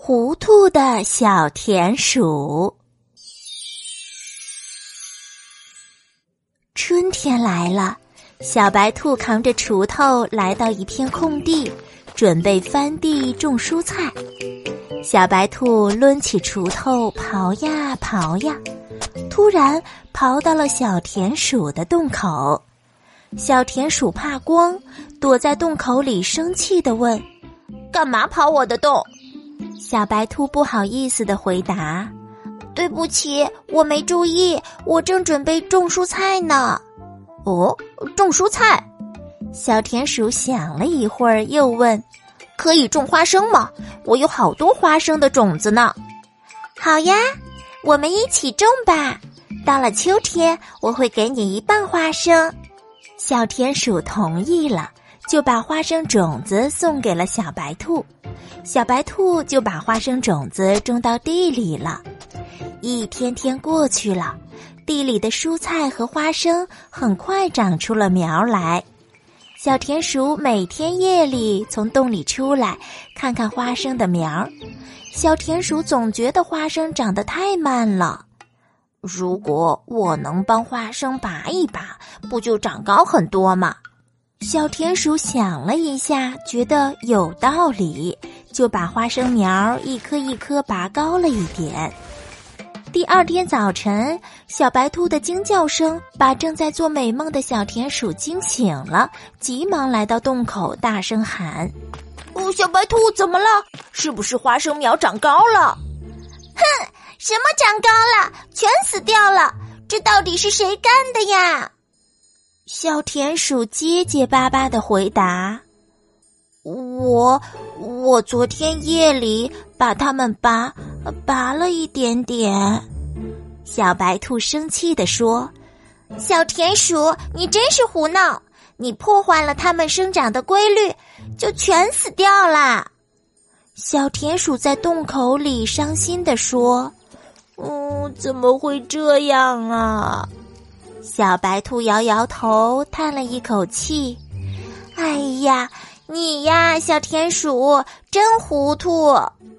糊涂的小田鼠。春天来了，小白兔扛着锄头来到一片空地，准备翻地种蔬菜。小白兔抡起锄头刨呀刨呀，突然刨到了小田鼠的洞口。小田鼠怕光，躲在洞口里生气地问：干嘛刨我的洞？小白兔不好意思地回答：对不起，我没注意，我正准备种蔬菜呢。哦，种蔬菜？小田鼠想了一会儿，又问：可以种花生吗？我有好多花生的种子呢。好呀，我们一起种吧。到了秋天，我会给你1磅花生。小田鼠同意了，就把花生种子送给了小白兔。小白兔就把花生种子种到地里了。一天天过去了，地里的蔬菜和花生很快长出了苗来。小田鼠每天夜里从洞里出来，看看花生的苗。小田鼠总觉得花生长得太慢了。如果我能帮花生拔一拔，不就长高很多吗？小田鼠想了一下，觉得有道理，就把花生苗一颗一颗拔高了一点。第二天早晨，小白兔的惊叫声把正在做美梦的小田鼠惊醒了，急忙来到洞口，大声喊：小白兔怎么了？是不是花生苗长高了？哼，什么长高了？全死掉了！这到底是谁干的呀？小田鼠结结巴巴地回答：我昨天夜里把它们拔了一点点。小白兔生气地说：小田鼠，你真是胡闹！你破坏了它们生长的规律，就全死掉啦！小田鼠在洞口里伤心地说：怎么会这样啊？小白兔摇摇头，叹了一口气：哎呀，你呀，小田鼠，真糊涂！